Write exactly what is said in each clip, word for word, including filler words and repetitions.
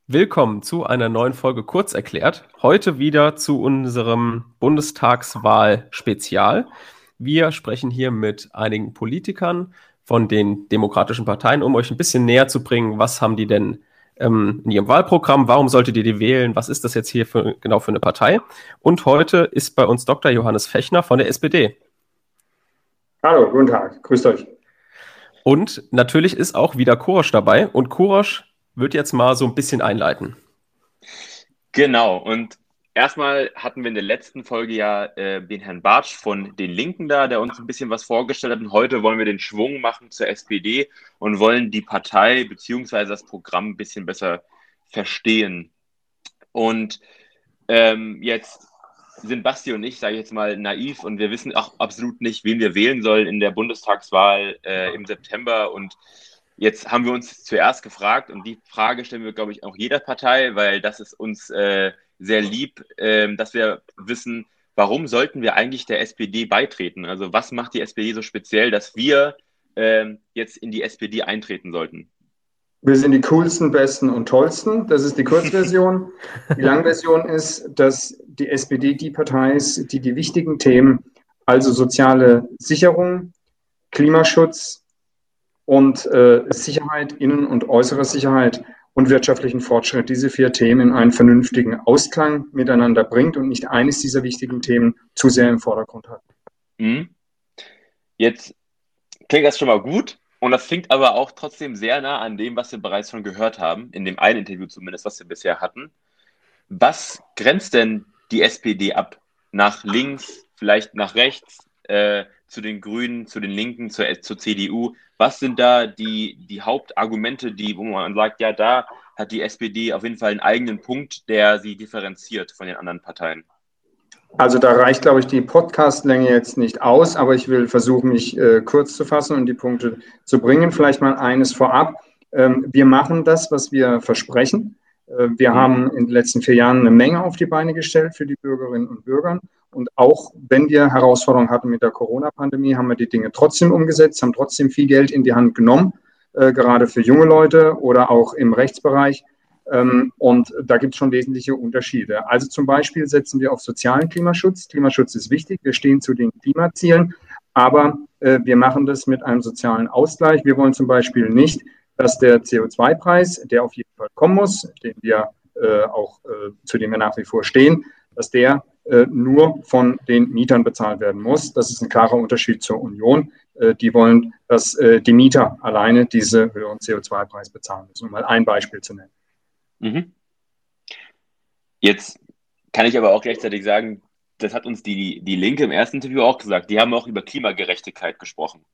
Willkommen zu einer neuen Folge Kurzerklärt. Heute wieder zu unserem Bundestagswahl-Spezial. Wir sprechen hier mit einigen Politikern von den demokratischen Parteien, um euch ein bisschen näher zu bringen, was haben die denn ähm, in ihrem Wahlprogramm, warum solltet ihr die wählen, was ist das jetzt hier für, genau für eine Partei? Und heute ist bei uns Doktor Johannes Fechner von der S P D. Hallo, guten Tag, grüßt euch. Und natürlich ist auch wieder Korosch dabei und Korosch wird jetzt mal so ein bisschen einleiten. Genau, und erstmal hatten wir in der letzten Folge ja äh, den Herrn Bartsch von den Linken da, der uns ein bisschen was vorgestellt hat. Und heute wollen wir den Schwung machen zur S P D und wollen die Partei bzw. das Programm ein bisschen besser verstehen. Und ähm, jetzt sind Basti und ich, sage ich jetzt mal, naiv und wir wissen auch absolut nicht, wen wir wählen sollen in der Bundestagswahl äh, im September. Und jetzt haben wir uns zuerst gefragt, und die Frage stellen wir, glaube ich, auch jeder Partei, weil das ist uns äh, sehr lieb, äh, dass wir wissen, warum sollten wir eigentlich der S P D beitreten? Also was macht die S P D so speziell, dass wir äh, jetzt in die S P D eintreten sollten? Wir sind die coolsten, besten und tollsten. Das ist die Kurzversion. Die Langversion ist, dass die S P D die Partei ist, die die wichtigen Themen, also soziale Sicherung, Klimaschutz und äh, Sicherheit, innen- und äußere Sicherheit und wirtschaftlichen Fortschritt, diese vier Themen in einen vernünftigen Ausklang miteinander bringt und nicht eines dieser wichtigen Themen zu sehr im Vordergrund hat. Mhm. Jetzt klingt das schon mal gut. Und das klingt aber auch trotzdem sehr nah an dem, was wir bereits schon gehört haben, in dem einen Interview zumindest, was wir bisher hatten. Was grenzt denn die S P D ab? Nach links, vielleicht nach rechts, äh, zu den Grünen, zu den Linken, zur, zur C D U? Was sind da die, die Hauptargumente, die, wo man sagt, ja, da hat die S P D auf jeden Fall einen eigenen Punkt, der sie differenziert von den anderen Parteien? Also da reicht, glaube ich, die Podcastlänge jetzt nicht aus, aber ich will versuchen, mich äh, kurz zu fassen und die Punkte zu bringen. Vielleicht mal eines vorab. Ähm, wir machen das, was wir versprechen. Äh, wir mhm. haben in den letzten vier Jahren eine Menge auf die Beine gestellt für die Bürgerinnen und Bürger. Und auch wenn wir Herausforderungen hatten mit der Corona-Pandemie, haben wir die Dinge trotzdem umgesetzt, haben trotzdem viel Geld in die Hand genommen, äh, gerade für junge Leute oder auch im Rechtsbereich. Und da gibt es schon wesentliche Unterschiede. Also zum Beispiel setzen wir auf sozialen Klimaschutz. Klimaschutz ist wichtig. Wir stehen zu den Klimazielen, aber äh, wir machen das mit einem sozialen Ausgleich. Wir wollen zum Beispiel nicht, dass der C O zwei Preis, der auf jeden Fall kommen muss, den wir äh, auch, äh, zu dem wir nach wie vor stehen, dass der äh, nur von den Mietern bezahlt werden muss. Das ist ein klarer Unterschied zur Union. Äh, die wollen, dass äh, die Mieter alleine diese höheren C O zwei Preis bezahlen müssen, um mal ein Beispiel zu nennen. Mhm. Jetzt kann ich aber auch gleichzeitig sagen, das hat uns die, die Linke im ersten Interview auch gesagt. Die haben auch über Klimagerechtigkeit gesprochen.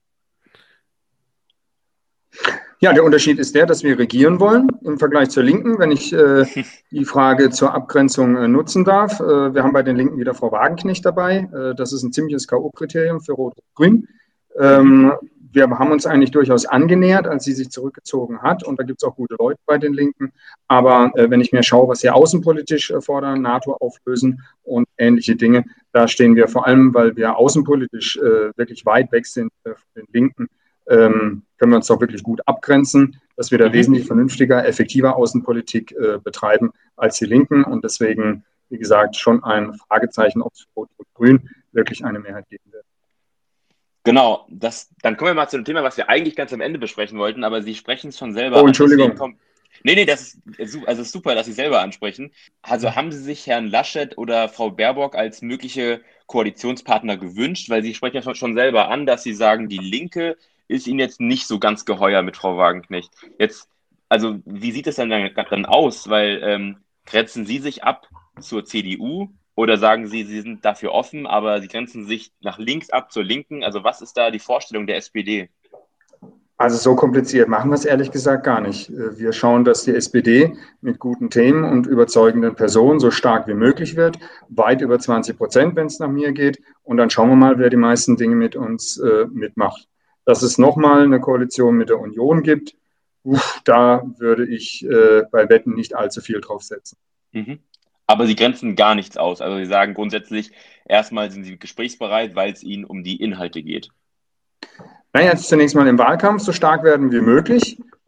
Ja, der Unterschied ist der, dass wir regieren wollen im Vergleich zur Linken, wenn ich äh, die Frage zur Abgrenzung äh, nutzen darf. Äh, wir haben bei den Linken wieder Frau Wagenknecht dabei. Äh, das ist ein ziemliches K O-Kriterium für Rot-Grün. Ähm, wir haben uns eigentlich durchaus angenähert, als sie sich zurückgezogen hat. Und da gibt es auch gute Leute bei den Linken. Aber äh, wenn ich mir schaue, was sie außenpolitisch äh, fordern, NATO auflösen und ähnliche Dinge, da stehen wir vor allem, weil wir außenpolitisch äh, wirklich weit weg sind äh, von den Linken, ähm, können wir uns doch wirklich gut abgrenzen, dass wir da mhm. wesentlich vernünftiger, effektiver Außenpolitik äh, betreiben als die Linken. Und deswegen, wie gesagt, schon ein Fragezeichen, ob es für Rot-Grün wirklich eine Mehrheit geben wird. Genau, das, dann kommen wir mal zu dem Thema, was wir eigentlich ganz am Ende besprechen wollten, aber Sie sprechen es schon selber oh, Entschuldigung. an. Kommt, nee, nee, das ist, also ist super, dass Sie selber ansprechen. Also haben Sie sich Herrn Laschet oder Frau Baerbock als mögliche Koalitionspartner gewünscht? Weil Sie sprechen ja schon selber an, dass Sie sagen, die Linke ist Ihnen jetzt nicht so ganz geheuer mit Frau Wagenknecht. Jetzt, also wie sieht es denn dann, dann aus? Weil ähm, grenzen Sie sich ab zur C D U? Oder sagen Sie, Sie sind dafür offen, aber Sie grenzen sich nach links ab zur Linken? Also was ist da die Vorstellung der S P D? Also so kompliziert machen wir es ehrlich gesagt gar nicht. Wir schauen, dass die S P D mit guten Themen und überzeugenden Personen so stark wie möglich wird. Weit über zwanzig Prozent, wenn es nach mir geht. Und dann schauen wir mal, wer die meisten Dinge mit uns äh, mitmacht. Dass es nochmal eine Koalition mit der Union gibt, uff, da würde ich äh, bei Wetten nicht allzu viel drauf setzen. Mhm. Aber Sie grenzen gar nichts aus. Also Sie sagen grundsätzlich, erstmal sind Sie gesprächsbereit, weil es Ihnen um die Inhalte geht. Naja, jetzt zunächst mal im Wahlkampf so stark werden wie möglich.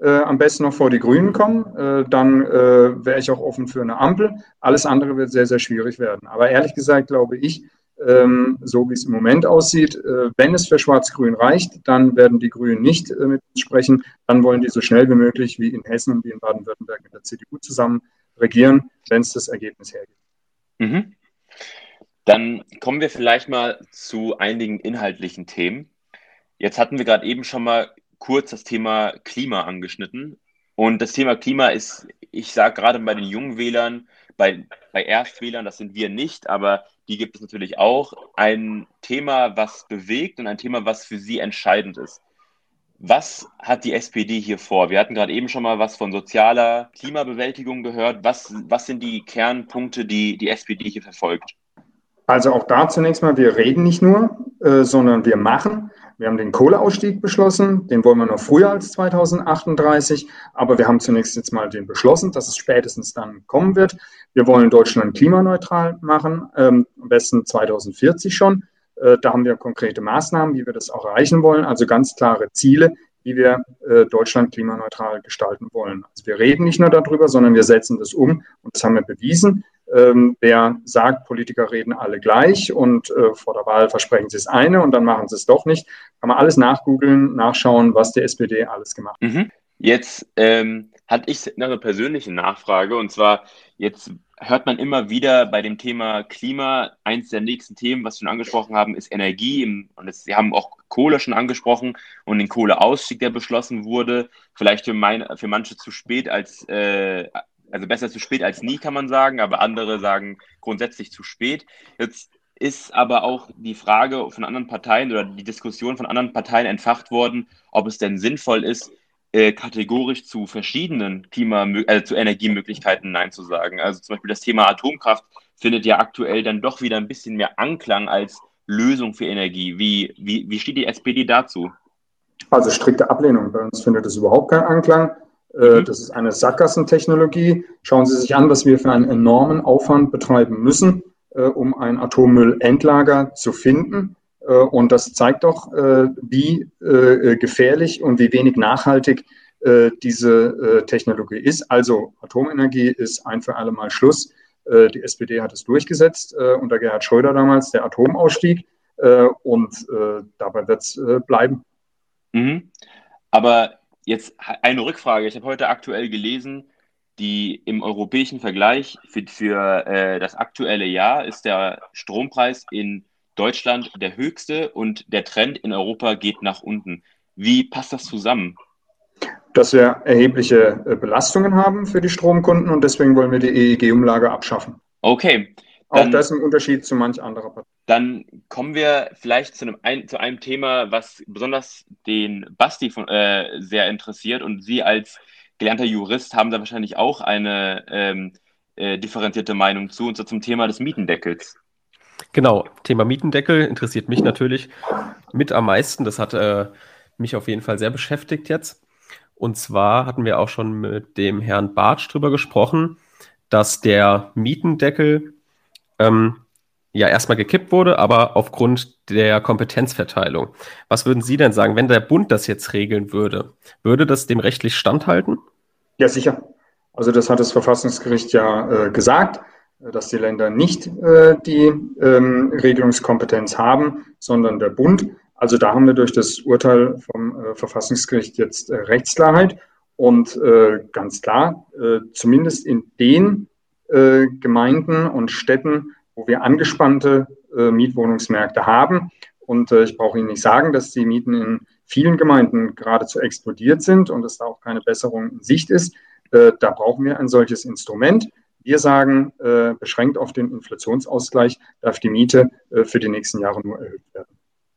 äh, am besten noch vor die Grünen kommen, äh, dann äh, wäre ich auch offen für eine Ampel. Alles andere wird sehr, sehr schwierig werden. Aber ehrlich gesagt glaube ich, ähm, so wie es im Moment aussieht, äh, wenn es für Schwarz-Grün reicht, dann werden die Grünen nicht äh, mit uns sprechen. Dann wollen die so schnell wie möglich wie in Hessen und wie in Baden-Württemberg mit der C D U zusammen regieren, wenn es das Ergebnis hergibt. Mhm. Dann kommen wir vielleicht mal zu einigen inhaltlichen Themen. Jetzt hatten wir gerade eben schon mal kurz das Thema Klima angeschnitten. Und das Thema Klima ist, ich sage gerade bei den jungen Wählern, bei, bei Erstwählern, das sind wir nicht, aber die gibt es natürlich auch, ein Thema, was bewegt und ein Thema, was für sie entscheidend ist. Was hat die S P D hier vor? Wir hatten gerade eben schon mal was von sozialer Klimabewältigung gehört. Was, was sind die Kernpunkte, die die S P D hier verfolgt? Also auch da zunächst mal, wir reden nicht nur, äh, sondern wir machen. Wir haben den Kohleausstieg beschlossen, den wollen wir noch früher als zweitausendachtunddreißig, aber wir haben zunächst jetzt mal den beschlossen, dass es spätestens dann kommen wird. Wir wollen Deutschland klimaneutral machen, ähm, am besten zweitausendvierzig schon. Äh, da haben wir konkrete Maßnahmen, wie wir das auch erreichen wollen, also ganz klare Ziele, wie wir äh, Deutschland klimaneutral gestalten wollen. Also wir reden nicht nur darüber, sondern wir setzen das um und das haben wir bewiesen. Ähm, wer sagt, Politiker reden alle gleich und äh, vor der Wahl versprechen sie das eine und dann machen sie es doch nicht, kann man alles nachgoogeln, nachschauen, was die S P D alles gemacht hat. Mhm. Jetzt ähm, hatte ich noch eine persönliche Nachfrage und zwar, jetzt hört man immer wieder bei dem Thema Klima, eins der nächsten Themen, was wir schon angesprochen haben, ist Energie. Und es, Sie haben auch Kohle schon angesprochen und den Kohleausstieg, der beschlossen wurde, vielleicht für, mein, für manche zu spät als äh, Also besser zu spät als nie, kann man sagen, aber andere sagen grundsätzlich zu spät. Jetzt ist aber auch die Frage von anderen Parteien oder die Diskussion von anderen Parteien entfacht worden, ob es denn sinnvoll ist, äh, kategorisch zu verschiedenen Klima, also zu Energiemöglichkeiten Nein zu sagen. Also zum Beispiel das Thema Atomkraft findet ja aktuell dann doch wieder ein bisschen mehr Anklang als Lösung für Energie. Wie, wie, wie steht die S P D dazu? Also strikte Ablehnung. Bei uns findet es überhaupt keinen Anklang. Das ist eine Sackgassentechnologie. Schauen Sie sich an, was wir für einen enormen Aufwand betreiben müssen, um ein Atommüllendlager zu finden. Und das zeigt doch, wie gefährlich und wie wenig nachhaltig diese Technologie ist. Also Atomenergie ist ein für alle Mal Schluss. Die S P D hat es durchgesetzt unter Gerhard Schröder damals, der Atomausstieg. Und dabei wird es bleiben. Mhm. Aber jetzt eine Rückfrage. Ich habe heute aktuell gelesen, die im europäischen Vergleich für, für äh, das aktuelle Jahr ist der Strompreis in Deutschland der höchste und der Trend in Europa geht nach unten. Wie passt das zusammen? Dass wir erhebliche Belastungen haben für die Stromkunden und deswegen wollen wir die E E G-Umlage abschaffen. Okay. Dann, auch das im Unterschied zu manch anderer Partei. Dann kommen wir vielleicht zu einem, ein, zu einem Thema, was besonders den Basti von, äh, sehr interessiert. Und Sie als gelernter Jurist haben da wahrscheinlich auch eine ähm, äh, differenzierte Meinung zu, und zwar zum Thema des Mietendeckels. Genau, Thema Mietendeckel interessiert mich natürlich mit am meisten. Das hat äh, mich auf jeden Fall sehr beschäftigt jetzt. Und zwar hatten wir auch schon mit dem Herrn Bartsch drüber gesprochen, dass der Mietendeckel ähm, ja erstmal gekippt wurde, aber aufgrund der Kompetenzverteilung. Was würden Sie denn sagen, wenn der Bund das jetzt regeln würde? Würde das dem rechtlich standhalten? Ja, sicher. Also das hat das Verfassungsgericht ja äh, gesagt, dass die Länder nicht äh, die ähm, Regelungskompetenz haben, sondern der Bund. Also da haben wir durch das Urteil vom äh, Verfassungsgericht jetzt äh, Rechtsklarheit. Und äh, ganz klar, äh, zumindest in den äh, Gemeinden und Städten, wo wir angespannte äh, Mietwohnungsmärkte haben. Und äh, ich brauche Ihnen nicht sagen, dass die Mieten in vielen Gemeinden geradezu explodiert sind und dass da auch keine Besserung in Sicht ist. Äh, da brauchen wir ein solches Instrument. Wir sagen, äh, beschränkt auf den Inflationsausgleich darf die Miete äh, für die nächsten Jahre nur erhöht werden.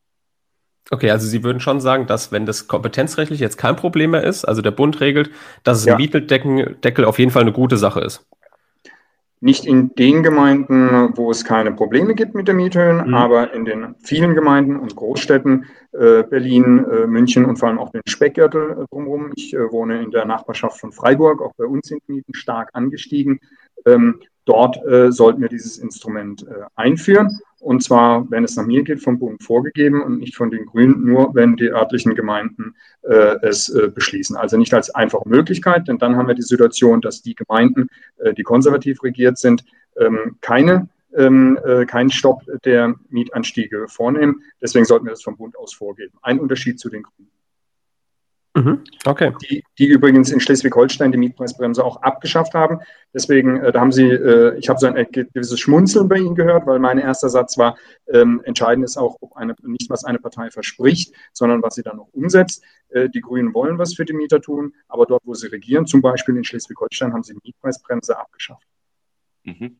Okay, also Sie würden schon sagen, dass wenn das kompetenzrechtlich jetzt kein Problem mehr ist, also der Bund regelt, dass es ein ja. Mietendeckel auf jeden Fall eine gute Sache ist. Nicht in den Gemeinden, wo es keine Probleme gibt mit der Miethöhen, mhm. aber in den vielen Gemeinden und Großstädten, äh, Berlin, äh, München und vor allem auch den Speckgürtel äh, drumherum. Ich äh, wohne in der Nachbarschaft von Freiburg, auch bei uns sind Mieten stark angestiegen. Ähm, dort äh, sollten wir dieses Instrument äh, einführen. Und zwar, wenn es nach mir geht, vom Bund vorgegeben und nicht von den Grünen, nur wenn die örtlichen Gemeinden äh, es äh, beschließen. Also nicht als einfache Möglichkeit, denn dann haben wir die Situation, dass die Gemeinden, äh, die konservativ regiert sind, ähm, keine, ähm, äh, keinen Stopp der Mietanstiege vornehmen. Deswegen sollten wir das vom Bund aus vorgeben. Ein Unterschied zu den Grünen. Mhm, okay. Die, die übrigens in Schleswig-Holstein die Mietpreisbremse auch abgeschafft haben. Deswegen, äh, da haben sie, äh, ich habe so ein gewisses Schmunzeln bei Ihnen gehört, weil mein erster Satz war, ähm, entscheidend ist auch, ob eine, nicht was eine Partei verspricht, sondern was sie dann noch umsetzt. Äh, die Grünen wollen was für die Mieter tun, aber dort, wo sie regieren, zum Beispiel in Schleswig-Holstein, haben sie die Mietpreisbremse abgeschafft. Mhm.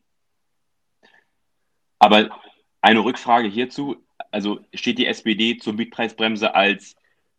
Aber eine Rückfrage hierzu, also steht die S P D zur Mietpreisbremse als,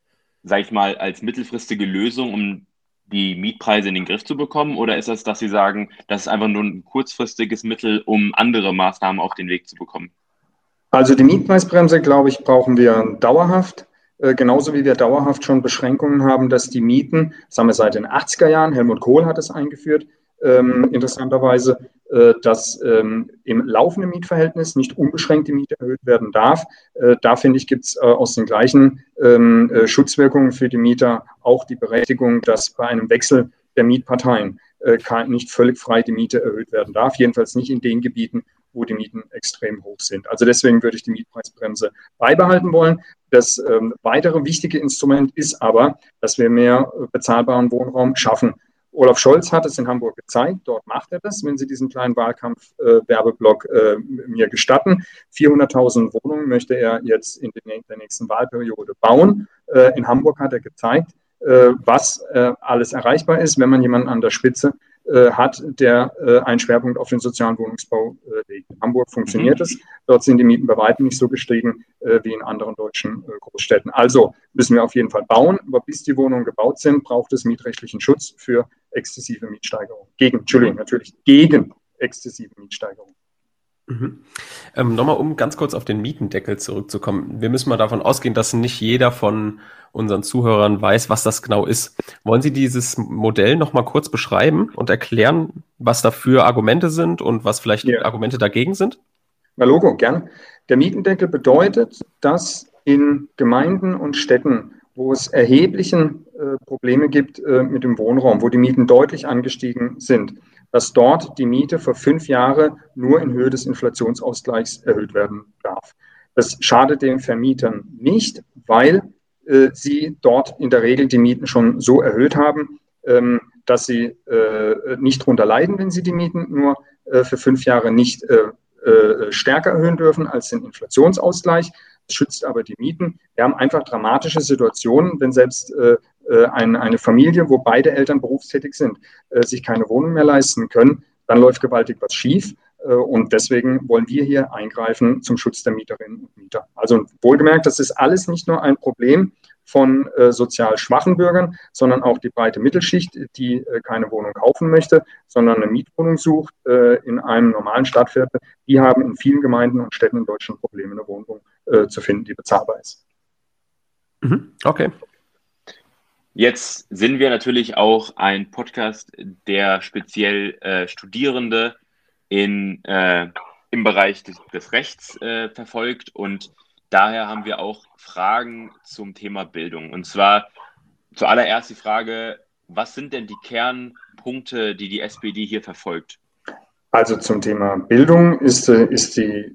sag ich mal, als mittelfristige Lösung, um die Mietpreise in den Griff zu bekommen? Oder ist das, dass Sie sagen, das ist einfach nur ein kurzfristiges Mittel, um andere Maßnahmen auf den Weg zu bekommen? Also die Mietpreisbremse, glaube ich, brauchen wir dauerhaft. Äh, genauso wie wir dauerhaft schon Beschränkungen haben, dass die Mieten, das haben wir seit den achtziger Jahren, Helmut Kohl hat es eingeführt, ähm, interessanterweise, äh, dass ähm, im laufenden Mietverhältnis nicht unbeschränkt die Miete erhöht werden darf. Äh, da finde ich, gibt es äh, aus den gleichen ähm, äh, Schutzwirkungen für die Mieter auch die Berechtigung, dass bei einem Wechsel der Mietparteien äh, kann, nicht völlig frei die Miete erhöht werden darf, jedenfalls nicht in den Gebieten, wo die Mieten extrem hoch sind. Also deswegen würde ich die Mietpreisbremse beibehalten wollen. Das ähm, weitere wichtige Instrument ist aber, dass wir mehr äh, bezahlbaren Wohnraum schaffen. Olaf Scholz hat es in Hamburg gezeigt, dort macht er das, wenn Sie diesen kleinen Wahlkampf-Werbeblock äh, äh, mir gestatten. vierhunderttausend Wohnungen möchte er jetzt in der nächsten Wahlperiode bauen. Äh, in Hamburg hat er gezeigt, äh, was äh, alles erreichbar ist, wenn man jemanden an der Spitze äh, hat, der äh, einen Schwerpunkt auf den sozialen Wohnungsbau äh, legt. In Hamburg funktioniert es. Dort sind die Mieten bei weitem nicht so gestiegen äh, wie in anderen deutschen äh, Großstädten. Also müssen wir auf jeden Fall bauen, aber bis die Wohnungen gebaut sind, braucht es mietrechtlichen Schutz für exzessive Mietsteigerungen. Gegen, Entschuldigung, natürlich gegen exzessive Mietsteigerungen. Mhm. Ähm, nochmal, um ganz kurz auf den Mietendeckel zurückzukommen. Wir müssen mal davon ausgehen, dass nicht jeder von unseren Zuhörern weiß, was das genau ist. Wollen Sie dieses Modell nochmal kurz beschreiben und erklären, was dafür Argumente sind und was vielleicht ja. Argumente dagegen sind? Na, Logo, gerne. Der Mietendeckel bedeutet, dass in Gemeinden und Städten, wo es erhebliche äh, Probleme gibt äh, mit dem Wohnraum, wo die Mieten deutlich angestiegen sind, dass dort die Miete für fünf Jahre nur in Höhe des Inflationsausgleichs erhöht werden darf. Das schadet den Vermietern nicht, weil äh, sie dort in der Regel die Mieten schon so erhöht haben, ähm, dass sie äh, nicht drunter leiden, wenn sie die Mieten nur äh, für fünf Jahre nicht äh, äh, stärker erhöhen dürfen als den Inflationsausgleich. Das schützt aber die Mieten. Wir haben einfach dramatische Situationen, wenn selbst äh, eine, eine Familie, wo beide Eltern berufstätig sind, äh, sich keine Wohnung mehr leisten können, dann läuft gewaltig was schief. Äh, und deswegen wollen wir hier eingreifen zum Schutz der Mieterinnen und Mieter. Also wohlgemerkt, das ist alles nicht nur ein Problem von äh, sozial schwachen Bürgern, sondern auch die breite Mittelschicht, die äh, keine Wohnung kaufen möchte, sondern eine Mietwohnung sucht äh, in einem normalen Stadtviertel. Die haben in vielen Gemeinden und Städten in Deutschland Probleme, eine Wohnung äh, zu finden, die bezahlbar ist. Mhm. Okay. Jetzt sind wir natürlich auch ein Podcast, der speziell äh, Studierende in, äh, im Bereich des, des Rechts äh, verfolgt, und daher haben wir auch Fragen zum Thema Bildung. Und zwar zuallererst die Frage, was sind denn die Kernpunkte, die die S P D hier verfolgt? Also zum Thema Bildung ist, ist die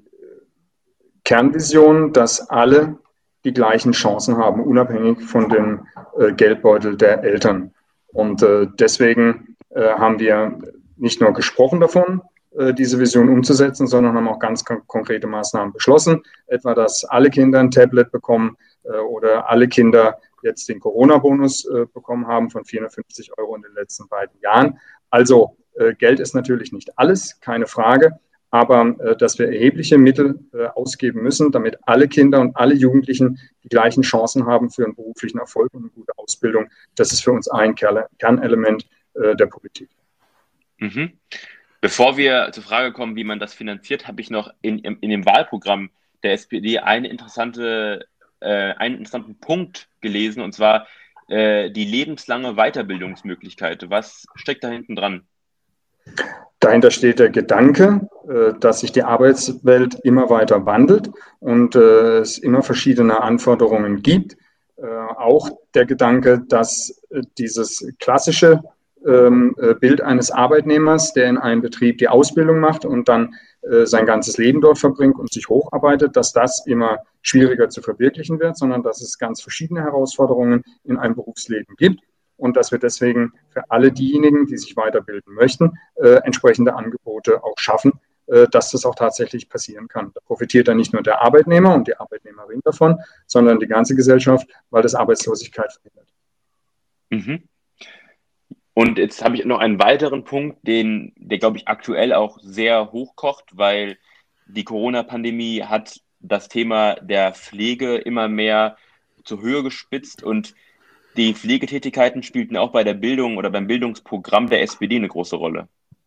Kernvision, dass alle die gleichen Chancen haben, unabhängig von dem äh, Geldbeutel der Eltern. Und äh, deswegen äh, haben wir nicht nur gesprochen davon, äh, diese Vision umzusetzen, sondern haben auch ganz kon- konkrete Maßnahmen beschlossen. Etwa, dass alle Kinder ein Tablet bekommen äh, oder alle Kinder jetzt den Corona-Bonus äh, bekommen haben von vierhundertfünfzig Euro in den letzten beiden Jahren. Also äh, Geld ist natürlich nicht alles, keine Frage. Aber äh, dass wir erhebliche Mittel äh, ausgeben müssen, damit alle Kinder und alle Jugendlichen die gleichen Chancen haben für einen beruflichen Erfolg und eine gute Ausbildung, das ist für uns ein Kernelement äh, der Politik. Mhm. Bevor wir zur Frage kommen, wie man das finanziert, habe ich noch in, in, in dem Wahlprogramm der S P D eine interessante, äh, einen interessanten Punkt gelesen, und zwar äh, die lebenslange Weiterbildungsmöglichkeit. Was steckt da hinten dran? Dahinter steht der Gedanke, dass sich die Arbeitswelt immer weiter wandelt und es immer verschiedene Anforderungen gibt. Auch der Gedanke, dass dieses klassische Bild eines Arbeitnehmers, der in einem Betrieb die Ausbildung macht und dann sein ganzes Leben dort verbringt und sich hocharbeitet, dass das immer schwieriger zu verwirklichen wird, sondern dass es ganz verschiedene Herausforderungen in einem Berufsleben gibt. Und dass wir deswegen für alle diejenigen, die sich weiterbilden möchten, äh, entsprechende Angebote auch schaffen, äh, dass das auch tatsächlich passieren kann. Da profitiert dann nicht nur der Arbeitnehmer und die Arbeitnehmerin davon, sondern die ganze Gesellschaft, weil das Arbeitslosigkeit verhindert. Mhm. Und jetzt habe ich noch einen weiteren Punkt, den, der, glaube ich, aktuell auch sehr hochkocht, weil die Corona-Pandemie hat das Thema der Pflege immer mehr zur Höhe gespitzt und die Pflegetätigkeiten spielten auch bei der Bildung oder beim Bildungsprogramm der S P D eine große Rolle.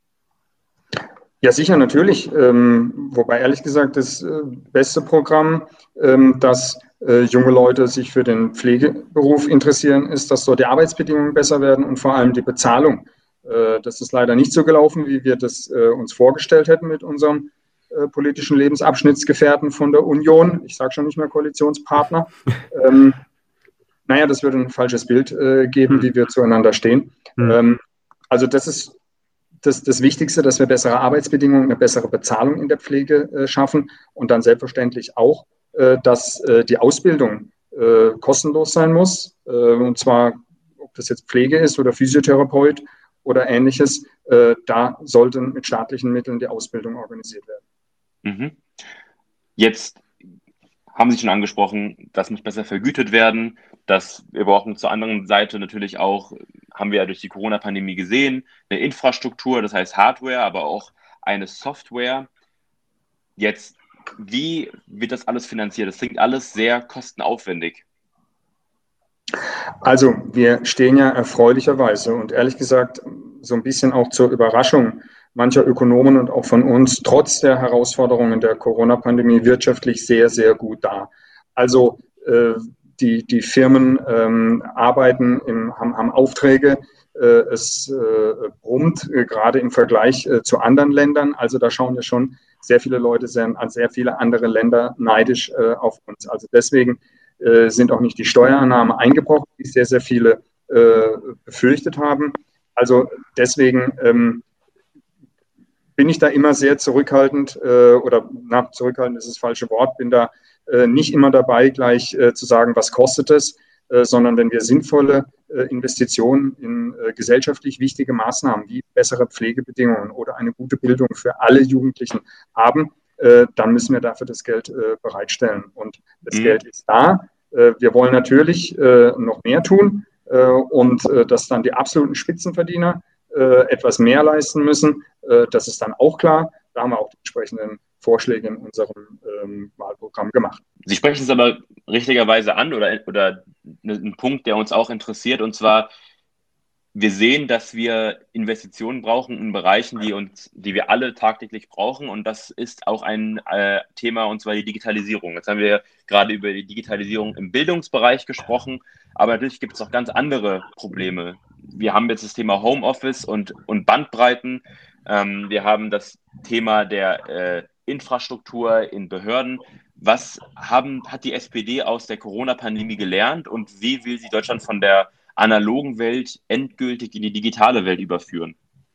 Ja, sicher, natürlich. Ähm, wobei ehrlich gesagt das äh, beste Programm, ähm, dass äh, junge Leute sich für den Pflegeberuf interessieren, ist, dass dort die Arbeitsbedingungen besser werden und vor allem die Bezahlung. Äh, das ist leider nicht so gelaufen, wie wir das äh, uns vorgestellt hätten mit unserem äh, politischen Lebensabschnittsgefährten von der Union. Ich sage schon nicht mehr Koalitionspartner. ähm, Naja, das würde ein falsches Bild äh, geben, wie wir zueinander stehen. Hm. Ähm, also das ist das, das Wichtigste, dass wir bessere Arbeitsbedingungen, eine bessere Bezahlung in der Pflege äh, schaffen und dann selbstverständlich auch, äh, dass äh, die Ausbildung äh, kostenlos sein muss. Äh, und zwar, ob das jetzt Pflege ist oder Physiotherapeut oder Ähnliches, äh, da sollte mit staatlichen Mitteln die Ausbildung organisiert werden. Mhm. Jetzt haben Sie schon angesprochen, das muss besser vergütet werden. Das, wir brauchen zur anderen Seite natürlich auch, haben wir ja durch die Corona-Pandemie gesehen, eine Infrastruktur, das heißt Hardware, aber auch eine Software. Jetzt, wie wird das alles finanziert? Das klingt alles sehr kostenaufwendig. Also wir stehen ja erfreulicherweise und ehrlich gesagt so ein bisschen auch zur Überraschung mancher Ökonomen und auch von uns trotz der Herausforderungen der Corona-Pandemie wirtschaftlich sehr, sehr gut da. Also äh, die, die Firmen ähm, arbeiten, im, haben, haben Aufträge, äh, es äh, brummt, äh, gerade im Vergleich äh, zu anderen Ländern. Also da schauen ja schon sehr viele Leute sehr, an sehr viele andere Länder neidisch äh, auf uns. Also deswegen äh, sind auch nicht die Steuereinnahmen eingebrochen, wie sehr, sehr viele äh, befürchtet haben. Also deswegen ähm, bin ich da immer sehr zurückhaltend äh, oder na, zurückhaltend ist das falsche Wort, bin da äh, nicht immer dabei, gleich äh, zu sagen, was kostet es, äh, sondern wenn wir sinnvolle äh, Investitionen in äh, gesellschaftlich wichtige Maßnahmen wie bessere Pflegebedingungen oder eine gute Bildung für alle Jugendlichen haben, äh, dann müssen wir dafür das Geld äh, bereitstellen. Und das mhm. Geld ist da. Äh, wir wollen natürlich äh, noch mehr tun äh, und äh, dass dann die absoluten Spitzenverdiener etwas mehr leisten müssen. Das ist dann auch klar. Da haben wir auch die entsprechenden Vorschläge in unserem ähm, Wahlprogramm gemacht. Sie sprechen es aber richtigerweise an oder, oder einen Punkt, der uns auch interessiert, und zwar, wir sehen, dass wir Investitionen brauchen in Bereichen, die, uns, die wir alle tagtäglich brauchen, und das ist auch ein äh, Thema, und zwar die Digitalisierung. Jetzt haben wir gerade über die Digitalisierung im Bildungsbereich gesprochen, aber natürlich gibt es auch ganz andere Probleme. Wir haben jetzt das Thema Homeoffice und, und Bandbreiten. Ähm, wir haben das Thema der äh, Infrastruktur in Behörden. Was haben, hat die S P D aus der Corona-Pandemie gelernt und wie will sie Deutschland von der analogen Welt endgültig in die digitale Welt überführen?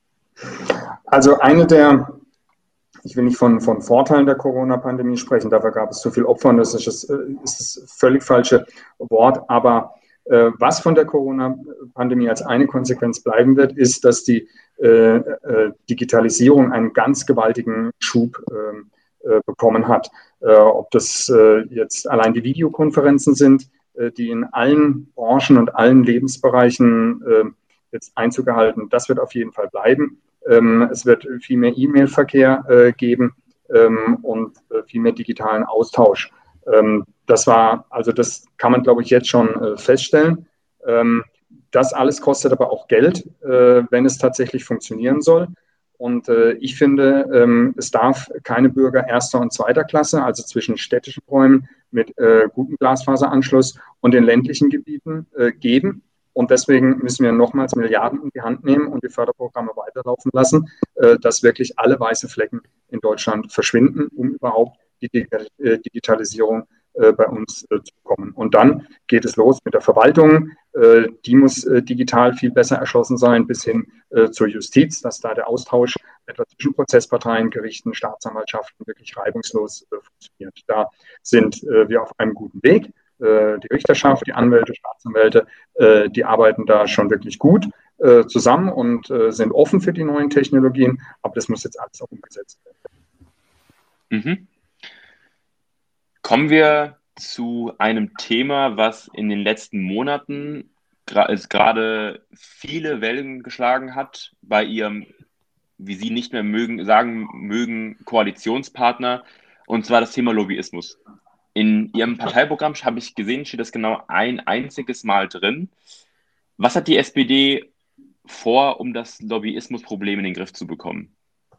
Also eine der, ich will nicht von, von Vorteilen der Corona-Pandemie sprechen, dafür gab es zu viel Opfer und das ist das, ist das völlig falsche Wort, aber äh, was von der Corona-Pandemie als eine Konsequenz bleiben wird, ist, dass die äh, äh, Digitalisierung einen ganz gewaltigen Schub äh, bekommen hat. Äh, ob das äh, jetzt allein die Videokonferenzen sind, äh, die in allen Branchen und allen Lebensbereichen äh, jetzt Einzug gehalten, das wird auf jeden Fall bleiben. Ähm, es wird viel mehr E-Mail-Verkehr äh, geben ähm, und äh, viel mehr digitalen Austausch. Ähm, das war, also das kann man, glaube ich, jetzt schon äh, feststellen. Ähm, das alles kostet aber auch Geld, äh, wenn es tatsächlich funktionieren soll. Und äh, ich finde, ähm, es darf keine Bürger erster und zweiter Klasse, also zwischen städtischen Räumen mit äh, gutem Glasfaseranschluss und den ländlichen Gebieten äh, geben. Und deswegen müssen wir nochmals Milliarden in die Hand nehmen und die Förderprogramme weiterlaufen lassen, äh, dass wirklich alle weißen Flecken in Deutschland verschwinden, um überhaupt die Digitalisierung äh, bei uns äh, zu bekommen. Und dann geht es los mit der Verwaltung. Äh, die muss äh, digital viel besser erschlossen sein, bis hin äh, zur Justiz, dass da der Austausch etwa zwischen Prozessparteien, Gerichten, Staatsanwaltschaften wirklich reibungslos äh, funktioniert. Da sind äh, wir auf einem guten Weg. Die Richterschaft, die Anwälte, Staatsanwälte, die arbeiten da schon wirklich gut zusammen und sind offen für die neuen Technologien, aber das muss jetzt alles auch umgesetzt werden. Mhm. Kommen wir zu einem Thema, was in den letzten Monaten gerade viele Wellen geschlagen hat bei ihrem, wie Sie nicht mehr mögen, sagen mögen, Koalitionspartner, und zwar das Thema Lobbyismus. In Ihrem Parteiprogramm, habe ich gesehen, steht das genau ein einziges Mal drin. Was hat die S P D vor, um das Lobbyismusproblem in den Griff zu bekommen?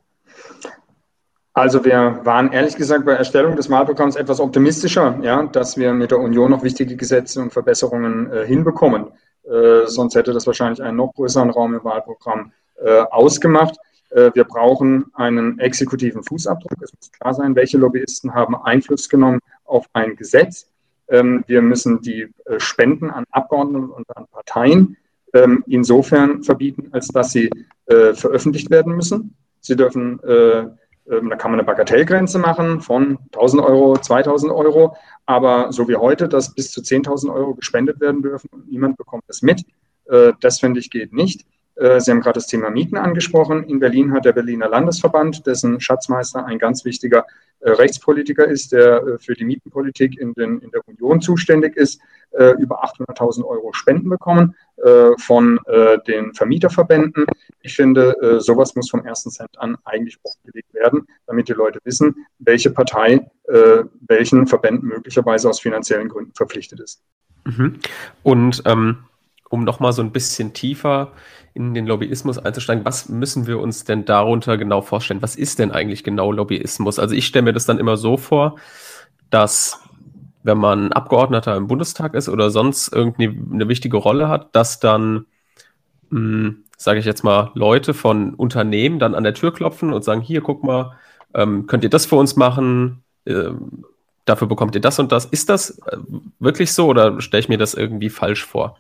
Also wir waren ehrlich gesagt bei Erstellung des Wahlprogramms etwas optimistischer, ja, dass wir mit der Union noch wichtige Gesetze und Verbesserungen äh, hinbekommen. Äh, sonst hätte das wahrscheinlich einen noch größeren Raum im Wahlprogramm äh, ausgemacht. Äh, wir brauchen einen exekutiven Fußabdruck. Es muss klar sein, welche Lobbyisten haben Einfluss genommen auf ein Gesetz. Ähm, wir müssen die äh, Spenden an Abgeordnete und an Parteien ähm, insofern verbieten, als dass sie äh, veröffentlicht werden müssen. Sie dürfen, äh, da kann man eine Bagatellgrenze machen von tausend Euro, zweitausend Euro, aber so wie heute, dass bis zu zehntausend Euro gespendet werden dürfen und niemand bekommt es mit, das finde ich geht nicht. Sie haben gerade das Thema Mieten angesprochen. In Berlin hat der Berliner Landesverband, dessen Schatzmeister ein ganz wichtiger Rechtspolitiker ist, der für die Mietenpolitik in, den, in der Union zuständig ist, über achthunderttausend Euro Spenden bekommen von den Vermieterverbänden. Ich finde, sowas muss vom ersten Cent an eigentlich aufgelegt werden, damit die Leute wissen, welche Partei welchen Verbänden möglicherweise aus finanziellen Gründen verpflichtet ist. Mhm. Und ähm, um nochmal so ein bisschen tiefer in den Lobbyismus einzusteigen, was müssen wir uns denn darunter genau vorstellen? Was ist denn eigentlich genau Lobbyismus? Also ich stelle mir das dann immer so vor, dass wenn man Abgeordneter im Bundestag ist oder sonst irgendwie eine wichtige Rolle hat, dass dann, sage ich jetzt mal, Leute von Unternehmen dann an der Tür klopfen und sagen, hier, guck mal, ähm, könnt ihr das für uns machen? Ähm, dafür bekommt ihr das und das. Ist das äh, wirklich so oder stelle ich mir das irgendwie falsch vor?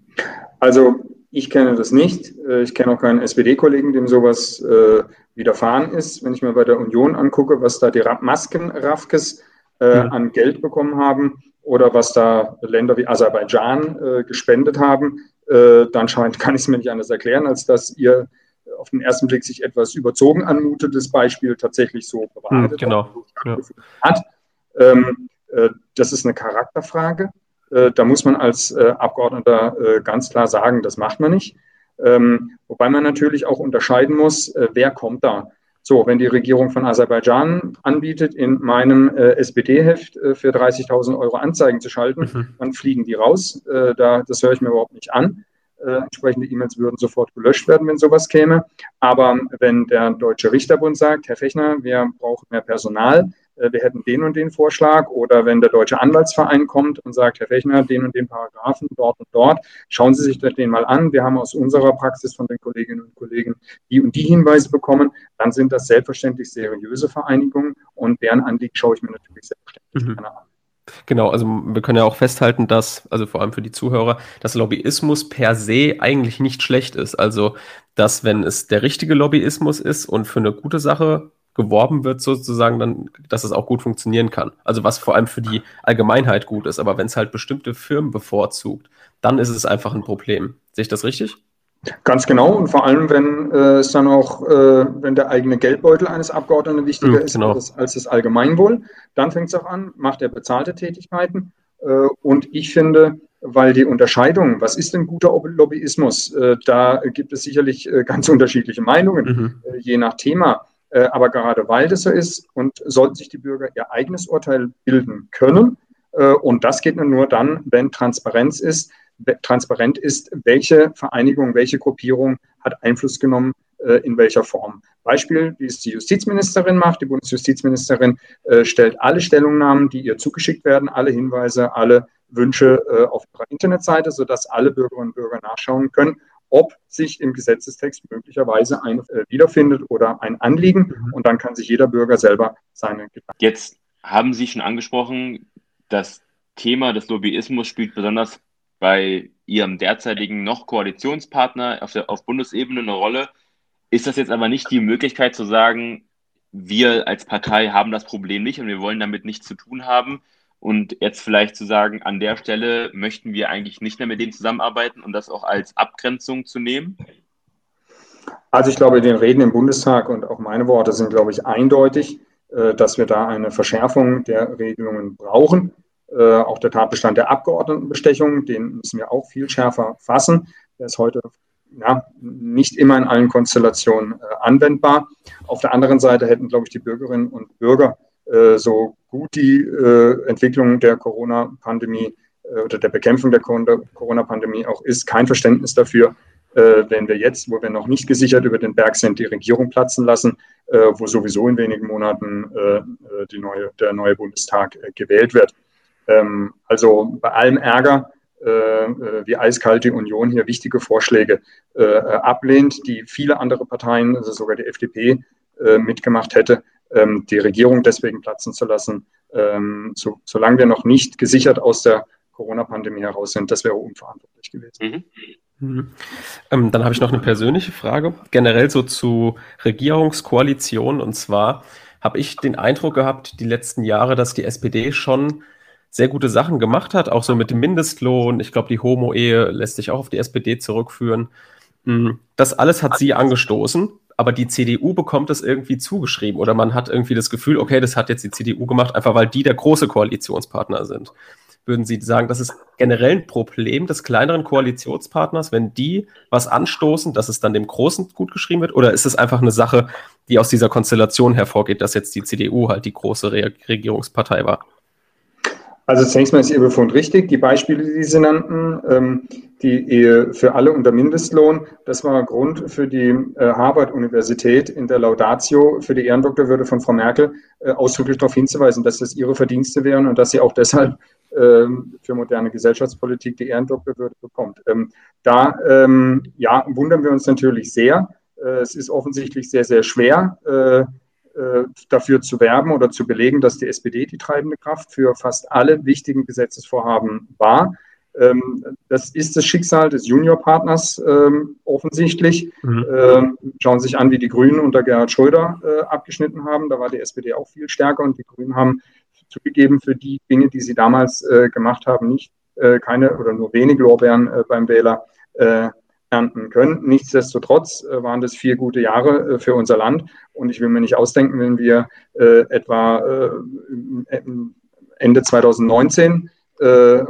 Also ich kenne das nicht. Ich kenne auch keinen S P D-Kollegen, dem sowas äh, widerfahren ist. Wenn ich mir bei der Union angucke, was da die Masken-Raffkes äh, mhm. an Geld bekommen haben oder was da Länder wie Aserbaidschan äh, gespendet haben, äh, dann scheint, kann ich es mir nicht anders erklären, als dass ihr auf den ersten Blick sich etwas überzogen anmutet, das Beispiel tatsächlich so bewahrheitet mhm, genau. ja. hat. Ähm, äh, das ist eine Charakterfrage. Da muss man als äh, Abgeordneter äh, ganz klar sagen, das macht man nicht. Ähm, wobei man natürlich auch unterscheiden muss, äh, wer kommt da. So, wenn die Regierung von Aserbaidschan anbietet, in meinem äh, S P D-Heft äh, für dreißigtausend Euro Anzeigen zu schalten, mhm. dann fliegen die raus. Äh, da, das höre ich mir überhaupt nicht an. Äh, entsprechende E-Mails würden sofort gelöscht werden, wenn sowas käme. Aber wenn der Deutsche Richterbund sagt, Herr Fechner, wir brauchen mehr Personal, wir hätten den und den Vorschlag, oder wenn der Deutsche Anwaltsverein kommt und sagt, Herr Fechner, den und den Paragraphen dort und dort, schauen Sie sich den mal an, wir haben aus unserer Praxis von den Kolleginnen und Kollegen die und die Hinweise bekommen, dann sind das selbstverständlich seriöse Vereinigungen und deren Anliegen schaue ich mir natürlich selbstverständlich mhm. gerne an. Genau, also wir können ja auch festhalten, dass, also vor allem für die Zuhörer, dass Lobbyismus per se eigentlich nicht schlecht ist. Also, dass wenn es der richtige Lobbyismus ist und für eine gute Sache geworben wird sozusagen, dann, dass es auch gut funktionieren kann. Also was vor allem für die Allgemeinheit gut ist. Aber wenn es halt bestimmte Firmen bevorzugt, dann ist es einfach ein Problem. Sehe ich das richtig? Ganz genau. Und vor allem, wenn äh, es dann auch, äh, wenn der eigene Geldbeutel eines Abgeordneten wichtiger mhm, ist genau. als, als das Allgemeinwohl, dann fängt es auch an, macht er bezahlte Tätigkeiten. Äh, und ich finde, weil die Unterscheidung, was ist denn guter Lobbyismus, äh, da gibt es sicherlich äh, ganz unterschiedliche Meinungen, mhm. äh, je nach Thema. Aber gerade weil das so ist, und sollten sich die Bürger ihr eigenes Urteil bilden können. Und das geht nur dann, wenn Transparenz ist, transparent ist, welche Vereinigung, welche Gruppierung hat Einfluss genommen, in welcher Form. Beispiel, wie es die Justizministerin macht. Die Bundesjustizministerin stellt alle Stellungnahmen, die ihr zugeschickt werden, alle Hinweise, alle Wünsche äh, auf ihrer Internetseite, sodass alle Bürgerinnen und Bürger nachschauen können, ob sich im Gesetzestext möglicherweise ein äh, wiederfindet oder ein Anliegen. Und dann kann sich jeder Bürger selber seine Gedanken. Jetzt haben Sie schon angesprochen, das Thema des Lobbyismus spielt besonders bei Ihrem derzeitigen noch Koalitionspartner auf, der, auf Bundesebene eine Rolle. Ist das jetzt aber nicht die Möglichkeit zu sagen, wir als Partei haben das Problem nicht und wir wollen damit nichts zu tun haben? Und jetzt vielleicht zu sagen, an der Stelle möchten wir eigentlich nicht mehr mit denen zusammenarbeiten und das auch als Abgrenzung zu nehmen? Also ich glaube, den Reden im Bundestag und auch meine Worte sind, glaube ich, eindeutig, dass wir da eine Verschärfung der Regelungen brauchen. Auch der Tatbestand der Abgeordnetenbestechung, den müssen wir auch viel schärfer fassen. Der ist heute ja, nicht immer in allen Konstellationen anwendbar. Auf der anderen Seite hätten, glaube ich, die Bürgerinnen und Bürger so gut die äh, Entwicklung der Corona-Pandemie äh, oder der Bekämpfung der Corona-Pandemie auch ist, kein Verständnis dafür, äh, wenn wir jetzt, wo wir noch nicht gesichert über den Berg sind, die Regierung platzen lassen, äh, wo sowieso in wenigen Monaten äh, die neue, der neue Bundestag äh, gewählt wird. Ähm, also bei allem Ärger, äh, wie eiskalt die Union hier wichtige Vorschläge äh, ablehnt, die viele andere Parteien, also sogar die F D P, äh, mitgemacht hätte, die Regierung deswegen platzen zu lassen, ähm, so, solange wir noch nicht gesichert aus der Corona-Pandemie heraus sind, das wäre unverantwortlich gewesen. Mhm. Mhm. Ähm, dann habe ich noch eine persönliche Frage, generell so zu Regierungskoalitionen. Und zwar habe ich den Eindruck gehabt, die letzten Jahre, dass die S P D schon sehr gute Sachen gemacht hat, auch so mit dem Mindestlohn. Ich glaube, die Homo-Ehe lässt sich auch auf die S P D zurückführen. Das alles hat sie angestoßen. Aber die C D U bekommt es irgendwie zugeschrieben oder man hat irgendwie das Gefühl, okay, das hat jetzt die C D U gemacht, einfach weil die der große Koalitionspartner sind. Würden Sie sagen, das ist generell ein Problem des kleineren Koalitionspartners, wenn die was anstoßen, dass es dann dem Großen gut geschrieben wird? Oder ist es einfach eine Sache, die aus dieser Konstellation hervorgeht, dass jetzt die C D U halt die große Re- Regierungspartei war? Also zunächst mal ist Ihr Befund richtig. Die Beispiele, die Sie nannten, ähm, die Ehe für alle unter Mindestlohn, das war Grund für die äh, Harvard-Universität in der Laudatio für die Ehrendoktorwürde von Frau Merkel äh, ausdrücklich darauf hinzuweisen, dass das ihre Verdienste wären und dass sie auch deshalb äh, für moderne Gesellschaftspolitik die Ehrendoktorwürde bekommt. Ähm, da ähm, ja, wundern wir uns natürlich sehr. Äh, es ist offensichtlich sehr, sehr schwer, äh, dafür zu werben oder zu belegen, dass die S P D die treibende Kraft für fast alle wichtigen Gesetzesvorhaben war. Das ist das Schicksal des Juniorpartners offensichtlich. Mhm. Schauen Sie sich an, wie die Grünen unter Gerhard Schröder abgeschnitten haben. Da war die S P D auch viel stärker und die Grünen haben zugegeben für die Dinge, die sie damals gemacht haben, nicht keine oder nur wenig Lorbeeren beim Wähler ernten können. Nichtsdestotrotz äh, waren das vier gute Jahre äh, für unser Land und ich will mir nicht ausdenken, wenn wir äh, etwa äh, Ende zwanzig neunzehn äh,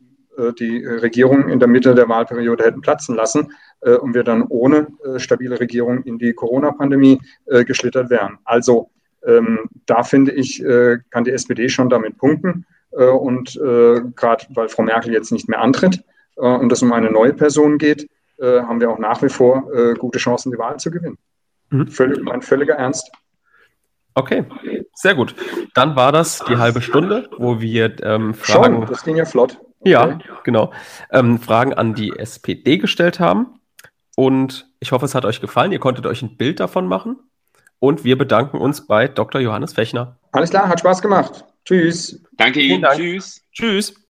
die Regierung in der Mitte der Wahlperiode hätten platzen lassen äh, und wir dann ohne äh, stabile Regierung in die Corona-Pandemie äh, geschlittert wären. Also ähm, da finde ich, äh, kann die S P D schon damit punkten äh, und äh, gerade weil Frau Merkel jetzt nicht mehr antritt äh, und es um eine neue Person geht, Äh, haben wir auch nach wie vor äh, gute Chancen, die Wahl zu gewinnen. Mhm. Völlig, mein völliger Ernst. Okay, sehr gut. Dann war das die halbe Stunde, wo wir ähm, Fragen... Schon, das ging ja flott. Okay. Ja, genau. Ähm, Fragen an die S P D gestellt haben. Und ich hoffe, es hat euch gefallen. Ihr konntet euch ein Bild davon machen. Und wir bedanken uns bei Doktor Johannes Fechner. Alles klar, hat Spaß gemacht. Tschüss. Danke Ihnen. Dank. Tschüss. Tschüss.